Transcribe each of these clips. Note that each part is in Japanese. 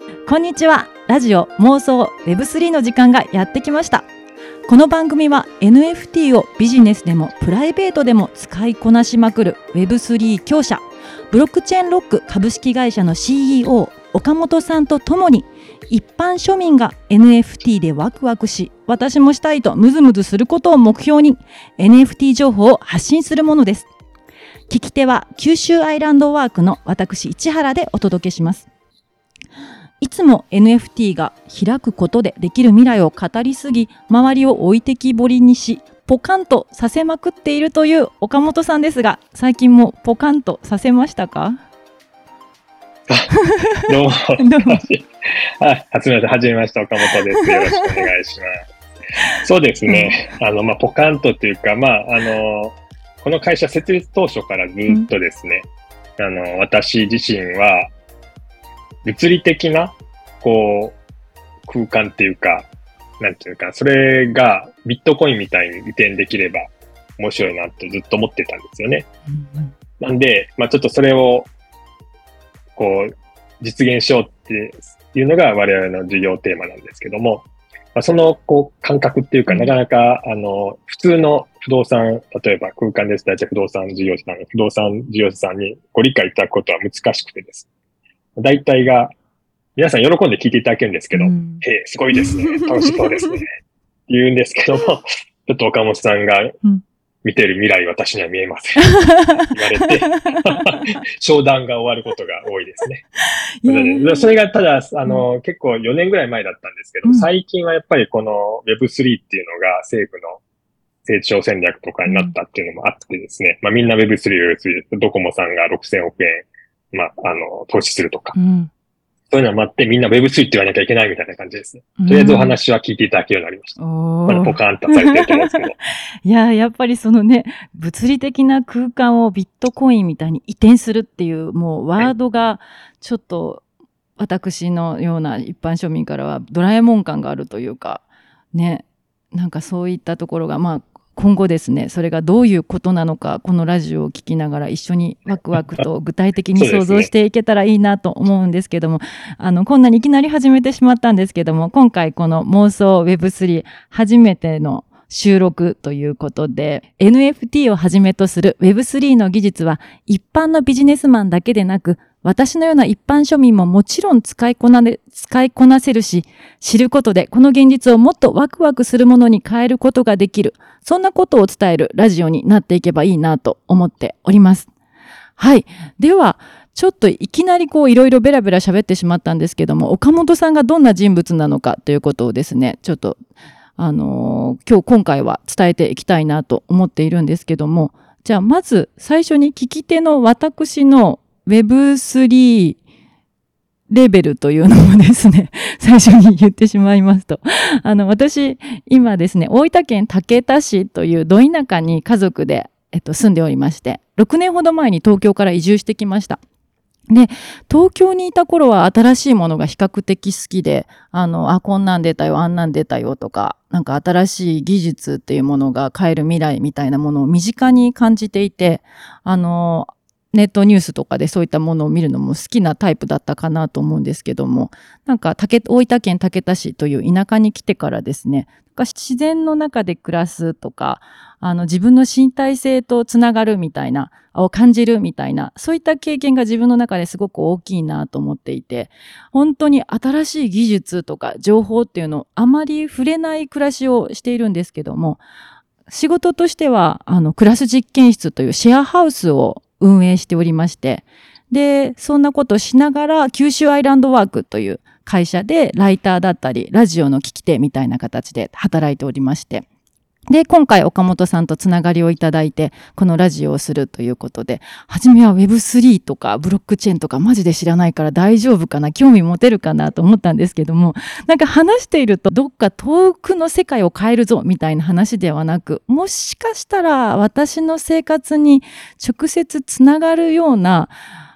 こんにちは。ラジオ妄想 Web3 の時間がやってきました。この番組は NFT をビジネスでもプライベートでも使いこなしまくる Web3 強者、ブロックチェーンロック株式会社の CEO 岡本さんとともに、一般庶民が NFT でワクワクし、私もしたいとムズムズすることを目標に NFT 情報を発信するものです。聞き手は九州アイランドワークの私市原でお届けします。いつも NFT が開くことでできる未来を語りすぎ、周りを置いてきぼりにし、ポカンとさせまくっているという岡本さんですが、最近もポカンとさせましたか？ どうも。 どうも。 はじめまして、岡本です。よろしくお願いします。そうですね。ポカンとっていうか、この会社設立当初からずっとですね、私自身は、物理的な、空間っていうか、なんていうか、それがビットコインみたいに移転できれば面白いなとずっと思ってたんですよね。なんで、ちょっとそれを、実現しようっていうのが我々の事業テーマなんですけども、その、感覚っていうか、なかなか、普通の不動産、例えば空間ですと、不動産事業者さんにご理解いただくことは難しくてです。大体が、皆さん喜んで聞いていただけるんですけど、すごいですね。楽しそうですね。言うんですけども、ちょっと岡本さんが見てる未来、私には見えません。言われて、商談が終わることが多いですね。それがただ、結構4年ぐらい前だったんですけど、最近はやっぱりこの Web3 っていうのが政府の成長戦略とかになったっていうのもあってですね、みんな Web3、ドコモさんが6000億円、投資するとか、そういうのもあってみんな Web3 って言わなきゃいけないみたいな感じですね。とりあえずお話は聞いていただけるようになりました。まだポカーンとされてると思うんですけど。 やっぱりそのね、物理的な空間をビットコインみたいに移転するっていう、もうワードがちょっと私のような一般庶民からはドラえもん感があるというか、ね、なんかそういったところが、今後ですね、それがどういうことなのか、このラジオを聞きながら一緒にワクワクと具体的に想像していけたらいいなと思うんですけども、こんなにいきなり始めてしまったんですけども、今回この妄想 Web3 初めての収録ということで、NFT をはじめとする Web3 の技術は一般のビジネスマンだけでなく、私のような一般庶民ももちろん使いこなせるし、知ることでこの現実をもっとワクワクするものに変えることができる。そんなことを伝えるラジオになっていけばいいなと思っております。はい。では、ちょっといきなりいろいろベラベラ喋ってしまったんですけども、岡本さんがどんな人物なのかということをですね、ちょっと、今回は伝えていきたいなと思っているんですけども、じゃあまず最初に聞き手の私のWeb3 レベルというのもですね、最初に言ってしまいますと、私、今ですね、大分県竹田市というど田舎に家族で、住んでおりまして、6年ほど前に東京から移住してきました。で、東京にいた頃は新しいものが比較的好きで、こんなん出たよ、あんなん出たよとか、なんか新しい技術っていうものが変える未来みたいなものを身近に感じていて、ネットニュースとかでそういったものを見るのも好きなタイプだったかなと思うんですけども、なんか大分県竹田市という田舎に来てからですね、自然の中で暮らすとか、自分の身体性とつながるみたいな、を感じるみたいな、そういった経験が自分の中ですごく大きいなと思っていて、本当に新しい技術とか情報っていうのをあまり触れない暮らしをしているんですけども、仕事としては、クラス実験室というシェアハウスを運営しておりまして、で、そんなことをしながら、九州アイランドワークという会社でライターだったり、ラジオの聞き手みたいな形で働いておりまして、で、今回岡本さんとつながりをいただいて、このラジオをするということで、初めは Web3 とかブロックチェーンとかマジで知らないから大丈夫かな、興味持てるかなと思ったんですけども、なんか話しているとどっか遠くの世界を変えるぞみたいな話ではなく、もしかしたら私の生活に直接つながるような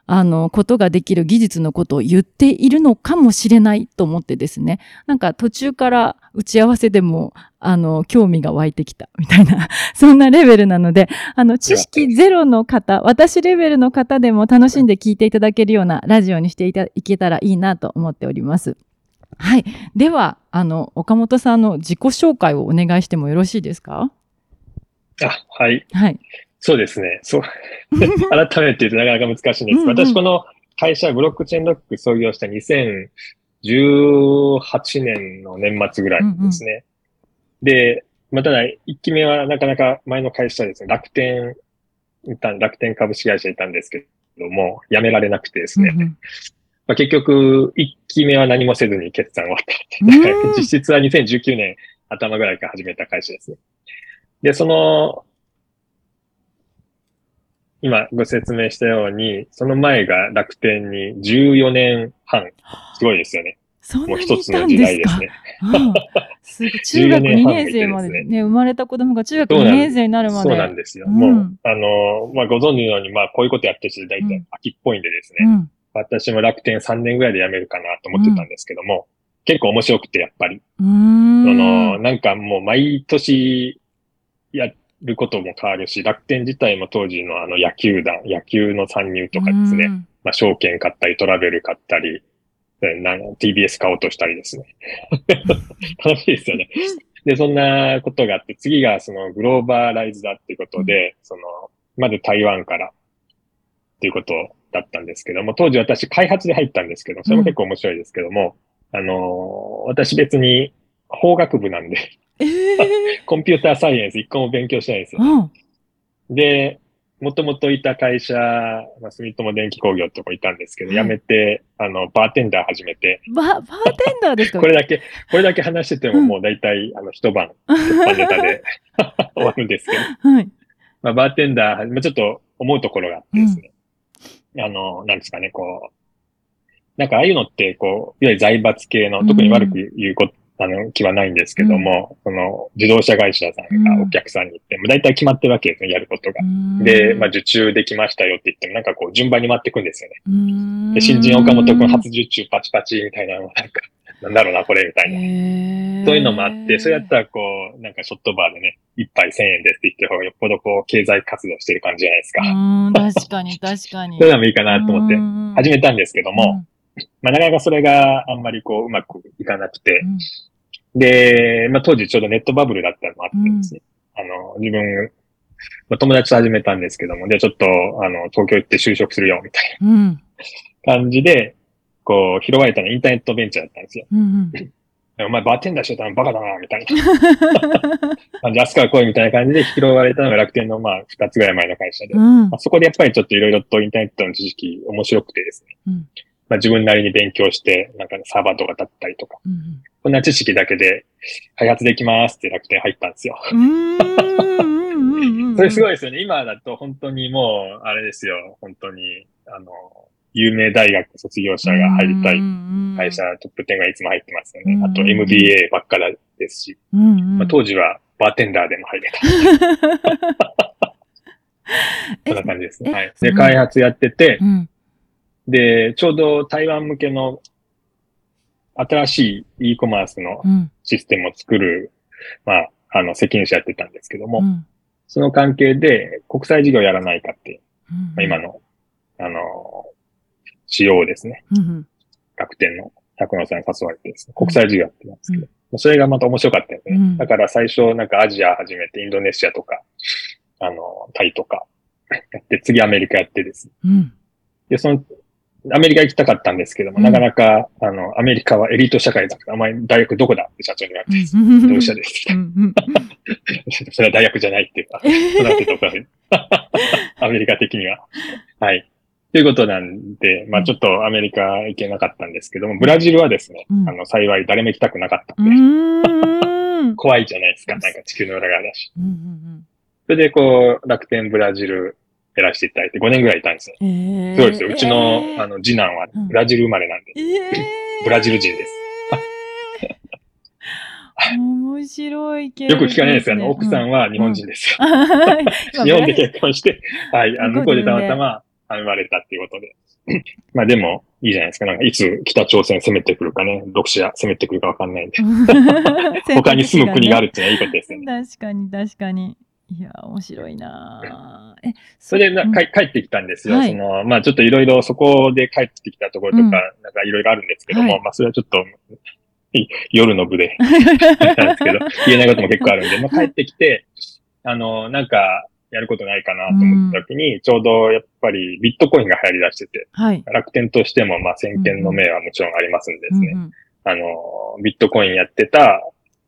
ことができる技術のことを言っているのかもしれないと思ってですね、なんか途中から打ち合わせでも、興味が湧いてきたみたいな、そんなレベルなので、知識ゼロの方、私レベルの方でも楽しんで聞いていただけるようなラジオにしていけたらいいなと思っております。はい。では、岡本さんの自己紹介をお願いしてもよろしいですか？ はい。 はい。 そうですね。改めて言うとなかなか難しいんです。私、この会社、ブロックチェーンロック創業した2018年の年末ぐらいですね。で、ただ、1期目はなかなか前の会社ですね、楽天株式会社いたんですけども、辞められなくてですね。結局、1期目は何もせずに決算終わったって。実質は2019年頭ぐらいから始めた会社ですね。で、今ご説明したように、その前が楽天に14年半。すごいですよね。 もう一つの時代ですね。すごい。中学2年生までね、生まれた子供が中学2年生になるまで。 そうなんですよ。もう、ご存知のように、こういうことやってる人大体秋っぽいんでですね。私も楽天3年ぐらいで辞めるかなと思ってたんですけども、結構面白くて、やっぱり。なんかもう毎年やることも変わるし、楽天自体も当時の野球の参入とかですね。証券買ったり、トラベル買ったり、TBS 買おうとしたりですね。楽しいですよね。で、そんなことがあって、次がそのグローバーライズだっていうことで、まず台湾からっていうことだったんですけども、当時私開発で入ったんですけど、それも結構面白いですけども、私別に法学部なんで、コンピューターサイエンス一個も勉強してないんですよ。で、もともといた会社、住友電機工業ってとこいたんですけど、辞めて、バーテンダー始めて。 バーテンダーですか？ これだけ話しててももう大体、一晩、鉄板ネタで終わるんですけど。はい。バーテンダー、ちょっと思うところがあってですね。なんですかね、なんかああいうのって、いわゆる財閥系の、特に悪く言う気はないんですけども、自動車会社さんがお客さんに行って、大体決まってるわけですね、やることが。で、受注できましたよって言っても、なんか順番に回ってくんですよね。で、新人岡本くん初受注パチパチみたいなのもなんだろうな、これ、みたいな。そういうのもあって、それやったらなんかショットバーでね、一杯1000円ですって言ってる方がよっぽど経済活動してる感じじゃないですか。 確かに、確かに。 そういうのもいいかなと思って始めたんですけども、なかなかそれがあんまりうまくいかなくて、で、当時ちょうどネットバブルだったのもあってですね、自分、友達と始めたんですけども、で、ちょっと、東京行って就職するよ、みたいな感じで、拾われたのインターネットベンチャーだったんですよ。お前バーテンダーしてたのバカだな、みたいな。感じ、明日から来いみたいな感じで拾われたのが楽天の2つぐらい前の会社で、そこでやっぱりちょっといろいろとインターネットの知識面白くてですね。自分なりに勉強して、なんかサーバーとか立ったりとか、こんな知識だけで開発できますって楽天入ったんですよ。それすごいですよね。今だと本当にもう、あれですよ。本当に、有名大学卒業者が入りたい会社トップ10がいつも入ってますよね。あと MBA ばっかですし、当時はバーテンダーでも入れた。そんな感じですね。はい。で、開発やってて、で、ちょうど台湾向けの新しい e コマースのシステムを作る、責任者やってたんですけども、その関係で国際事業やらないかって、今の、CEO ですね。楽天の拓野さんに誘われてですね、国際事業やってたんですけど、それがまた面白かったですね。だから最初なんかアジア始めてインドネシアとか、タイとかやって、次アメリカやってですね。で、アメリカ行きたかったんですけども、なかなか、アメリカはエリート社会だから、お前大学どこだって社長に言われて、同志社です。それは大学じゃないっていうか、そうなってとか、アメリカ的には。はい。ということなんで、ちょっとアメリカ行けなかったんですけども、ブラジルはですね、幸い誰も行きたくなかったんで、怖いじゃないですか、なんか地球の裏側だし。それで楽天ブラジルやらせていただいて5年ぐらいいたんですよ。すごいですよ。うちの、次男はブラジル生まれなんで、ブラジル人です。 面白いけど。よく聞かないですよ。奥さんは日本人ですよ。日本で結婚して、はい、向こうでたまたま、 生まれたっていうことで。まあでも、いいじゃないですか。なんかいつ北朝鮮攻めてくるかね、ロシア攻めてくるかわかんないんで。他に住む国があるっていうのはいいことですよね。 確かに確かに。いや、面白いなぁ。 それで帰ってきたんですよ。 はい、 まあちょっといろいろそこで帰ってきたところとか、なんかいろいろあるんですけども、 はい、 まあそれはちょっと夜の部でなんですけど、言えないことも結構あるんで、まあ帰ってきて、なんかやることないかなと思った時に、ちょうどやっぱりビットコインが流行り出してて、 はい、 楽天としてもまあ先見の明はもちろんありますんでですね、 うんうん、 ビットコインやってた、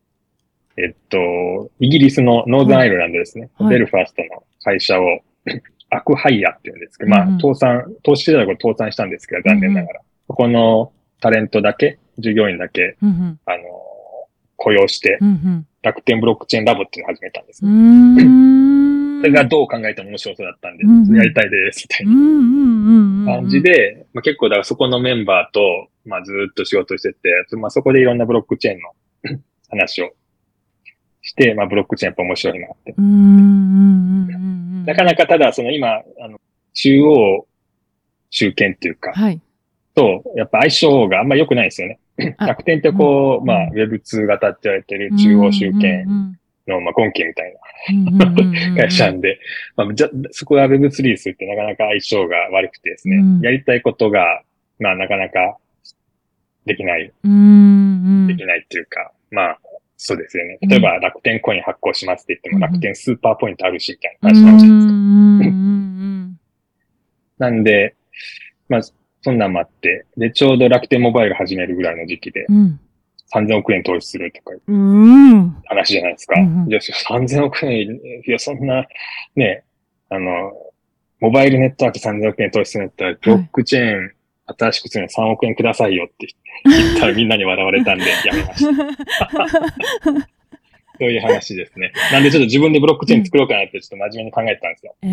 イギリスのノーザンアイルランドですね、 はいベルファーストの会社を、アクハイヤって言うんですけど、まあ、 うんうん投資してたところ倒産したんですけど、残念ながら。そこのタレントだけ、従業員だけ、 うんうん、 雇用して、 うんうん、 楽天ブロックチェーンラボっていうのを始めたんですね。それがどう考えても面白そうだったんで、やりたいです、みたいな感じで、まあ、結構だからそこのメンバーと、まあ、ずっと仕事してて、まあ、そこでいろんなブロックチェーンの話をして、まあ、ブロックチェーンやっぱ面白いなって。なかなかただ、今、集権っていうか、 はい、 と、やっぱ相性があんま良くないですよね。楽天ってこう、まあ、Web2 型って言われてる中央集権の、まあ、根拠みたいな会社なんで、まあ、そこが Web3 するってなかなか相性が悪くてですね、やりたいことが、まあ、なかなかできない。できないっていうか、まあ、そうですよね。例えば楽天コイン発行しますって言っても、楽天スーパーポイントあるし、みたいな感じなんじゃないですか。なんで、まあ、そんなんもあって、で、ちょうど楽天モバイル始めるぐらいの時期で、3000億円投資するとか、話じゃないですか。じゃあ3000億円、いや、そんな、ね、モバイルネットワーク3000億円投資するんだったら、ブロックチェーン新しくするの3億円くださいよって言ったらみんなに笑われたんでやめました。そういう話ですね。なんでちょっと自分でブロックチェーン作ろうかなってちょっと真面目に考えてたんですよ。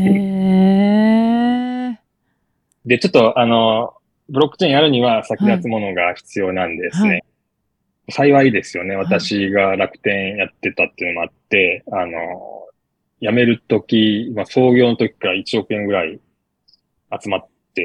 で、ちょっとブロックチェーンやるには先立つものが必要なんですね。幸いですよね。私が楽天やってたっていうのもあって、辞めるとき、まあ、創業の時から1億円ぐらい集まって、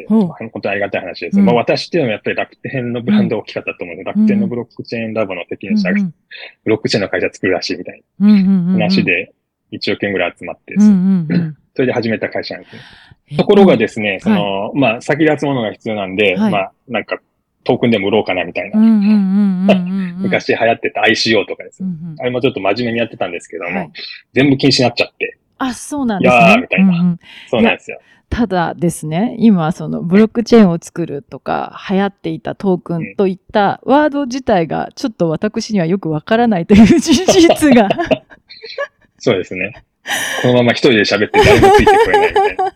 本当にありがたい話です。まあ、私っていうのはやっぱり楽天のブランド大きかったと思うので、楽天のブロックチェーンラボの責任者が、ブロックチェーンの会社作るらしいみたいな話で1億円ぐらい集まってですね、それで始めた会社なんですね。ところがですね、まあ、先立つものが必要なんで、まあ、なんか、トークンでも売ろうかなみたいな。昔流行ってた ICO とかですね。あれもちょっと真面目にやってたんですけども、全部禁止になっちゃって。 あ、そうなんですね。 いやーみたいな。そうなんですよ。 ただですね、今そのブロックチェーンを作るとか流行っていたトークンといったワード自体がちょっと私にはよくわからないという事実が。 そうですね。このまま一人で喋って誰もついてこれないみたいな。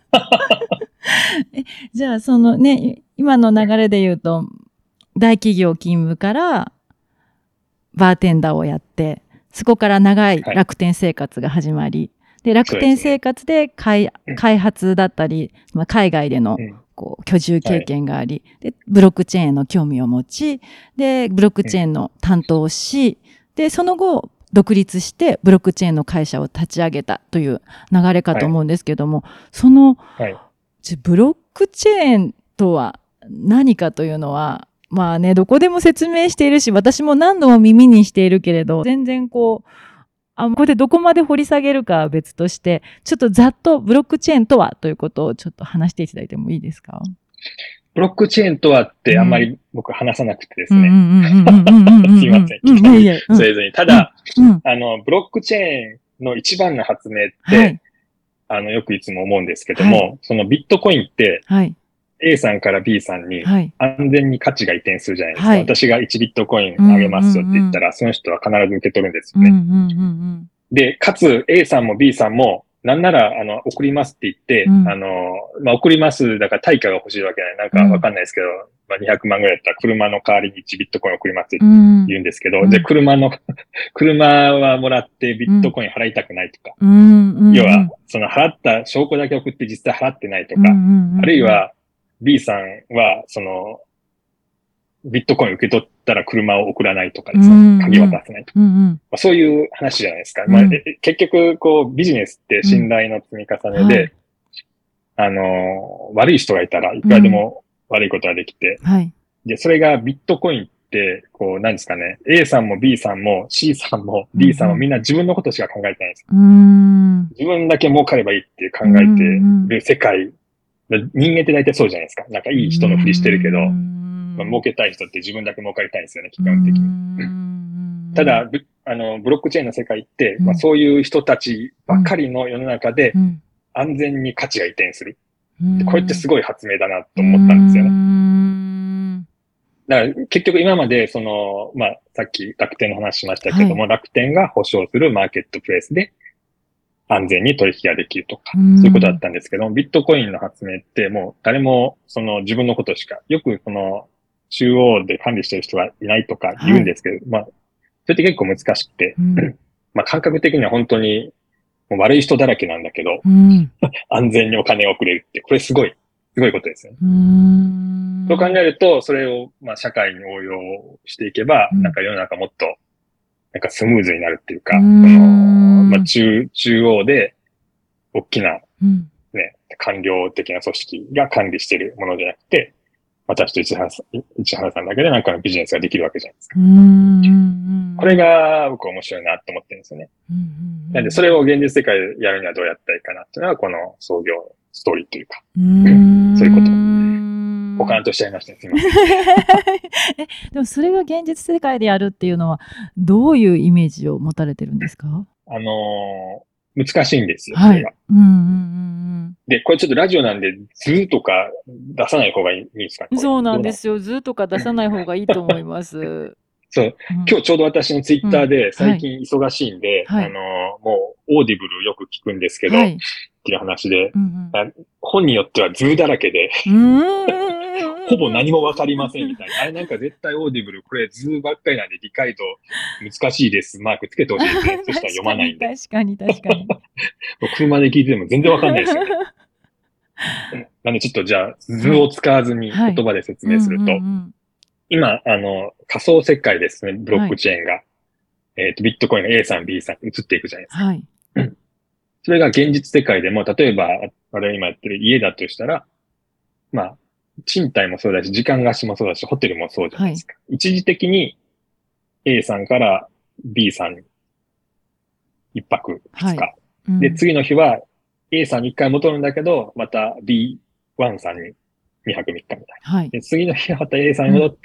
じゃあそのね、今の流れで言うと、大企業勤務からバーテンダーをやって、そこから長い楽天生活が始まり、で楽天生活で開発だったり、まあ、海外でのこう居住経験があり、でブロックチェーンへの興味を持ち、でブロックチェーンの担当をし、でその後独立してブロックチェーンの会社を立ち上げたという流れかと思うんですけども、その、ブロックチェーンとは何かというのは、まあね、どこでも説明しているし、私も何度も耳にしているけれど、全然ここでどこまで掘り下げるかは別として、ちょっとざっとブロックチェーンとはということをちょっと話していただいてもいいですか？ ブロックチェーンとはってあんまり僕話さなくてですね。すいません。それぞれ。ただ、ブロックチェーンの一番の発明って、よくいつも思うんですけども、そのビットコインって、A さんから B さんに安全に価値が移転するじゃないですか。私が1ビットコインあげますよって言ったら、その人は必ず受け取るんですよね。で、かつ A さんも B さんも、なんなら、送りますって言って、まあ、送りますだから対価が欲しいわけない。なんかわかんないですけど、まあ、200万ぐらいだったら車の代わりに1ビットコイン送りますって言うんですけど、で、車はもらってビットコイン払いたくないとか、要は、その払った証拠だけ送って実際払ってないとか、あるいは、B さんは、ビットコイン受け取ったら車を送らないとかですね。鍵渡せないとか。まあ、そういう話じゃないですか。まあ、結局、ビジネスって信頼の積み重ねで、 悪い人がいたらいくらでも悪いことができて、 はい。 で、それがビットコインって、こう、なんですかね、A さんも B さんも C さんも D さんもみんな自分のことしか考えてないんですよ。 うーん。 自分だけ儲かればいいって考うんえうんてる世界、人間って大体そうじゃないですか。なんかいい人のふりしてるけど、儲けたい人って自分だけ儲かりたいんですよね、基本的に。ただ、ブロックチェーンの世界って、そういう人たちばかりの世の中で安全に価値が移転する。でこれってすごい発明だなと思ったんですよね。だから結局今までさっき楽天の話しましたけども、楽天が保証するマーケットプレイスで安全に取引ができるとか、そういうことだったんですけど、ビットコインの発明ってもう誰も自分のことしか、よく中央で管理してる人がいないとか言うんですけど、それって結構難しくて、感覚的には本当にもう悪い人だらけなんだけど、安全にお金をくれるって、これすごいことですよね。そう考えると、それを社会に応用していけば、なんか世の中もっとなんかスムーズになるっていうか、中央で大きなね、官僚的な組織が管理しているものじゃなくて、私と市原さんだけでなんかのビジネスができるわけじゃないですか。これが僕面白いなと思ってるんですよね。なんでそれを現実世界でやるにはどうやったらいいかなっていうのはこの創業ストーリーというか、そういうこと。ポカンとしちゃいましたね。すみません。 でもそれが現実世界でやるっていうのはどういうイメージを持たれてるんですか？ 難しいんですよ、それが。で、これちょっとラジオなんで図とか出さない方がいいですかね。 そうなんですよ。図とか出さない方がいいと思います。 そう。今日ちょうど私のツイッターで最近忙しいんで、もうオーディブルよく聞くんですけど、っていう話で、本によっては図だらけで、ほぼ何もわかりませんみたいな。あれなんか絶対オーディブル、これ図ばっかりなんで理解度難しいです。マークつけてほしいですね。そしたら読まないんで。 確かに。 車で聞いてても全然わかんないですよね。なんでちょっとじゃあ図を使わずに言葉で説明すると、今、仮想世界ですね、ブロックチェーンが。ビットコインが A さん、B さん移っていくじゃないですか。それが現実世界でも、例えば、我々今やってる家だとしたら、賃貸もそうだし、時間貸しもそうだし、ホテルもそうじゃないですか。一時的に A さんから B さんに一泊二日。で、次の日は A さんに一回戻るんだけど、また B1 さんに2泊3日みたいな。で、次の日はまた A さんに戻って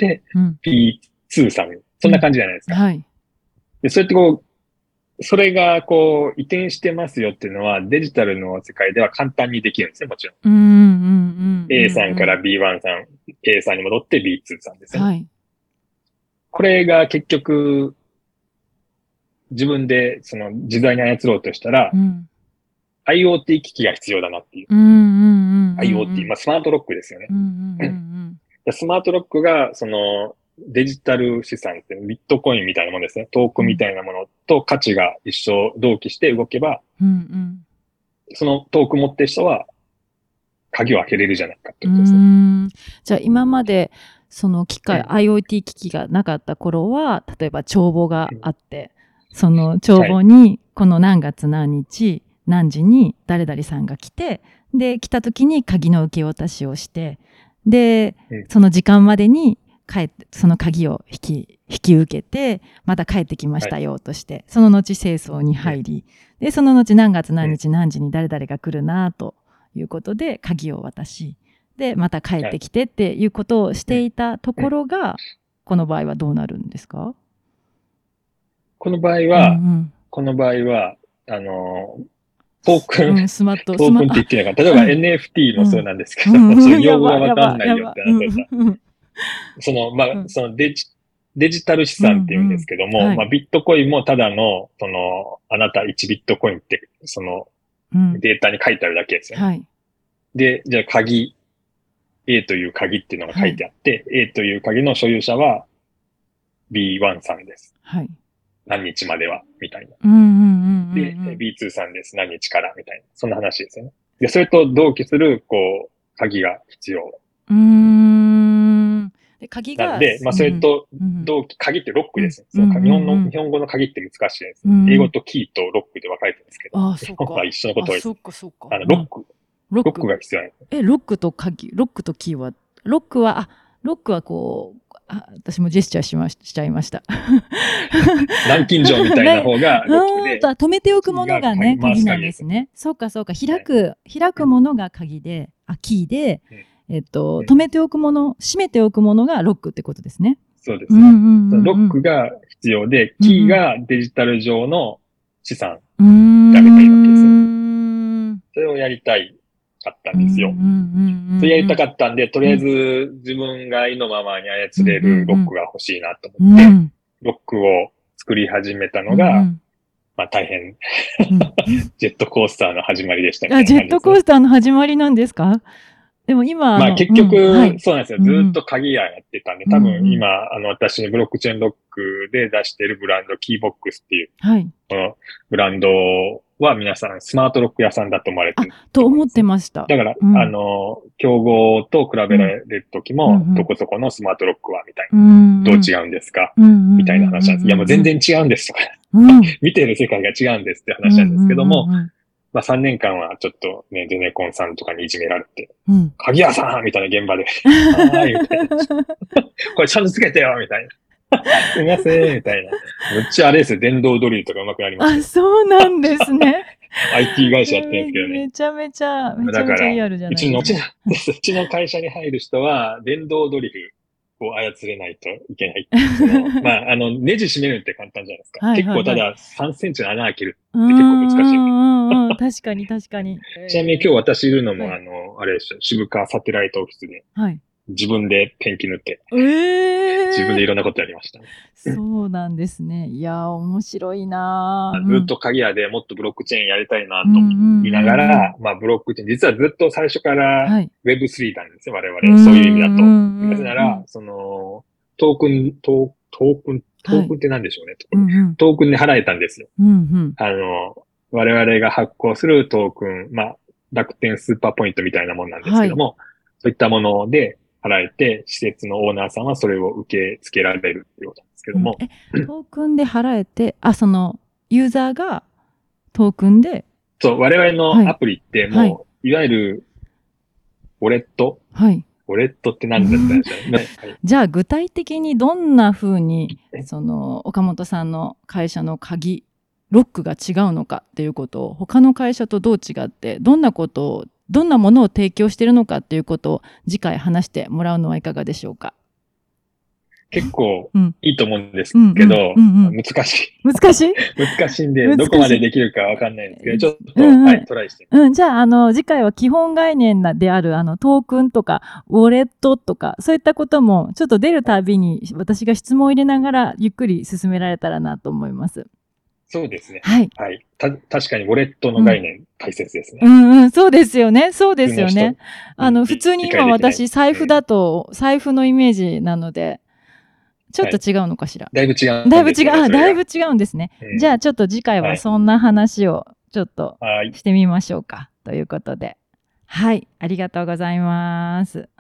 、B2 さんに。そんな感じじゃないですか。で、そうやってそれが移転してますよっていうのはデジタルの世界では簡単にできるんですね、もちろん。A さんから B1 さん、A さんに戻って B2 さんですね。これが結局、自分で自在に操ろうとしたら、IoT 機器が必要だなっていう。IoT、スマートロックですよね。スマートロックが、デジタル資産ってビットコインみたいなものですね。トークンみたいなものと価値が一緒同期して動けば、そのトークン持ってる人は鍵を開けれるじゃないかってことですね。 じゃあ今までその機械、IoT 機器がなかった頃は、例えば帳簿があって、その帳簿にこの何月何日、何時に誰々さんが来て、で、来た時に鍵の受け渡しをして、で、その時間までにその鍵を引き受けて、また帰ってきましたよとして、その後清掃に入り、で、その後何月何日何時に誰々が来るなということで鍵を渡し、で、また帰ってきてっていうことをしていたところが、この場合はどうなるんですか？ この場合は、トークンって言ってなかった。例えば NFT もそうなんですけど、そういう用語がわかんないよってなったら、デジタル資産って言うんですけども、ビットコインもただの、あなた1ビットコインって、データに書いてあるだけですよね。で、じゃあ鍵、A という鍵っていうのが書いてあって、A という鍵の所有者は B1 さんです。何日までは、みたいな。で、B2 さんです。何日から、みたいな。そんな話ですよね。で、それと同期する、鍵が必要。 で、鍵が。 なんで、それと同期、鍵ってロックですね。日本語の鍵って難しいです。英語とキーとロックで分かれてるんですけど、日本は一緒のことを言う。ロック。 ロロックが必要なんです。 ロックと鍵、ロックとキーは、ロックはこう、私もジェスチャーしちゃいました。 南京錠みたいな方がロックで。 止めておくものがね、鍵なんですね。そうか。開くものが鍵で、キーで、止めておくもの、閉めておくものがロックってことですね。 そうですね。ロックが必要で、キーがデジタル上の資産がめたいわけですね。それをやりたかったんですよ。それやりたかったんで、とりあえず自分が意のままに操れるロックが欲しいなと思って、ロックを作り始めたのが、まあ大変、ジェットコースターの始まりでしたね。 ジェットコースターの始まりなんですか？でも今、 まあ結局、そうなんですよ。ずっと鍵屋やってたんで、多分今、私のブロックチェーンロックで出してるブランド、キーボックスっていう、このブランドは皆さんスマートロック屋さんだと思われてる。 と思ってました。 だから、競合と比べられる時も、どこそこのスマートロックは、みたいな。どう違うんですかみたいな話なんです。いや、もう全然違うんですとか、見てる世界が違うんですって話なんですけども、まあ3年間はちょっとね、ゼネコンさんとかにいじめられて、鍵屋さんみたいな現場で、はい、みたいな。これちゃんとつけてよみたいな。すみません、みたいな。むっちゃあれですよ、電動ドリルとか上手くなりました。 そうなんですね。 IT 会社やってるんですけどね。 めちゃめちゃリアルじゃないですか。うちの会社に入る人は、電動ドリルを操れないといけない。まあ、ネジ締めるって簡単じゃないですか。結構ただ3センチの穴開けるって結構難しい。 確かに。 ちなみに今日私いるのも、あれですよ、渋川サテライトオフィスで。自分でペンキ塗って、自分でいろんなことやりましたね。 そうなんですね。いやー、面白いなずっと鍵屋でもっとブロックチェーンやりたいなと言いながら、まあブロックチェーン、実はずっと最初から Web3 なんですよ、我々。そういう意味だと。なぜなら、トークンって何でしょうね。トークンで払えたんですよ。我々が発行するトークン、まあ、楽天スーパーポイントみたいなもんなんですけども、そういったもので、払えて、施設のオーナーさんはそれを受け付けられるようなんですけども。 トークンで払えて、ユーザーがトークンで。 そう、我々のアプリってもう、いわゆる、ウォレット。ウォレットって何だったんでしょうね。 じゃあ、具体的にどんな風に、岡本さんの会社の鍵、ロックが違うのかっていうことを、他の会社とどう違って、どんなものを提供しているのかっていうことを次回話してもらうのはいかがでしょうか。 結構いいと思うんですけど、難しい。難しいんで、どこまでできるかわかんないんですけど、ちょっと、トライして。 じゃあ、次回は基本概念である、トークンとか、ウォレットとか、そういったことも、ちょっと出るたびに、私が質問を入れながら、ゆっくり進められたらなと思います。 そうですね。はい。確かにウォレットの概念、大切ですね。 そうですよね。普通に今私、財布だと、財布のイメージなので、ちょっと違うのかしら。 だいぶ違う。 だいぶ違うんですね。じゃあちょっと次回はそんな話をちょっとしてみましょうか。ということで。はい。ありがとうございます。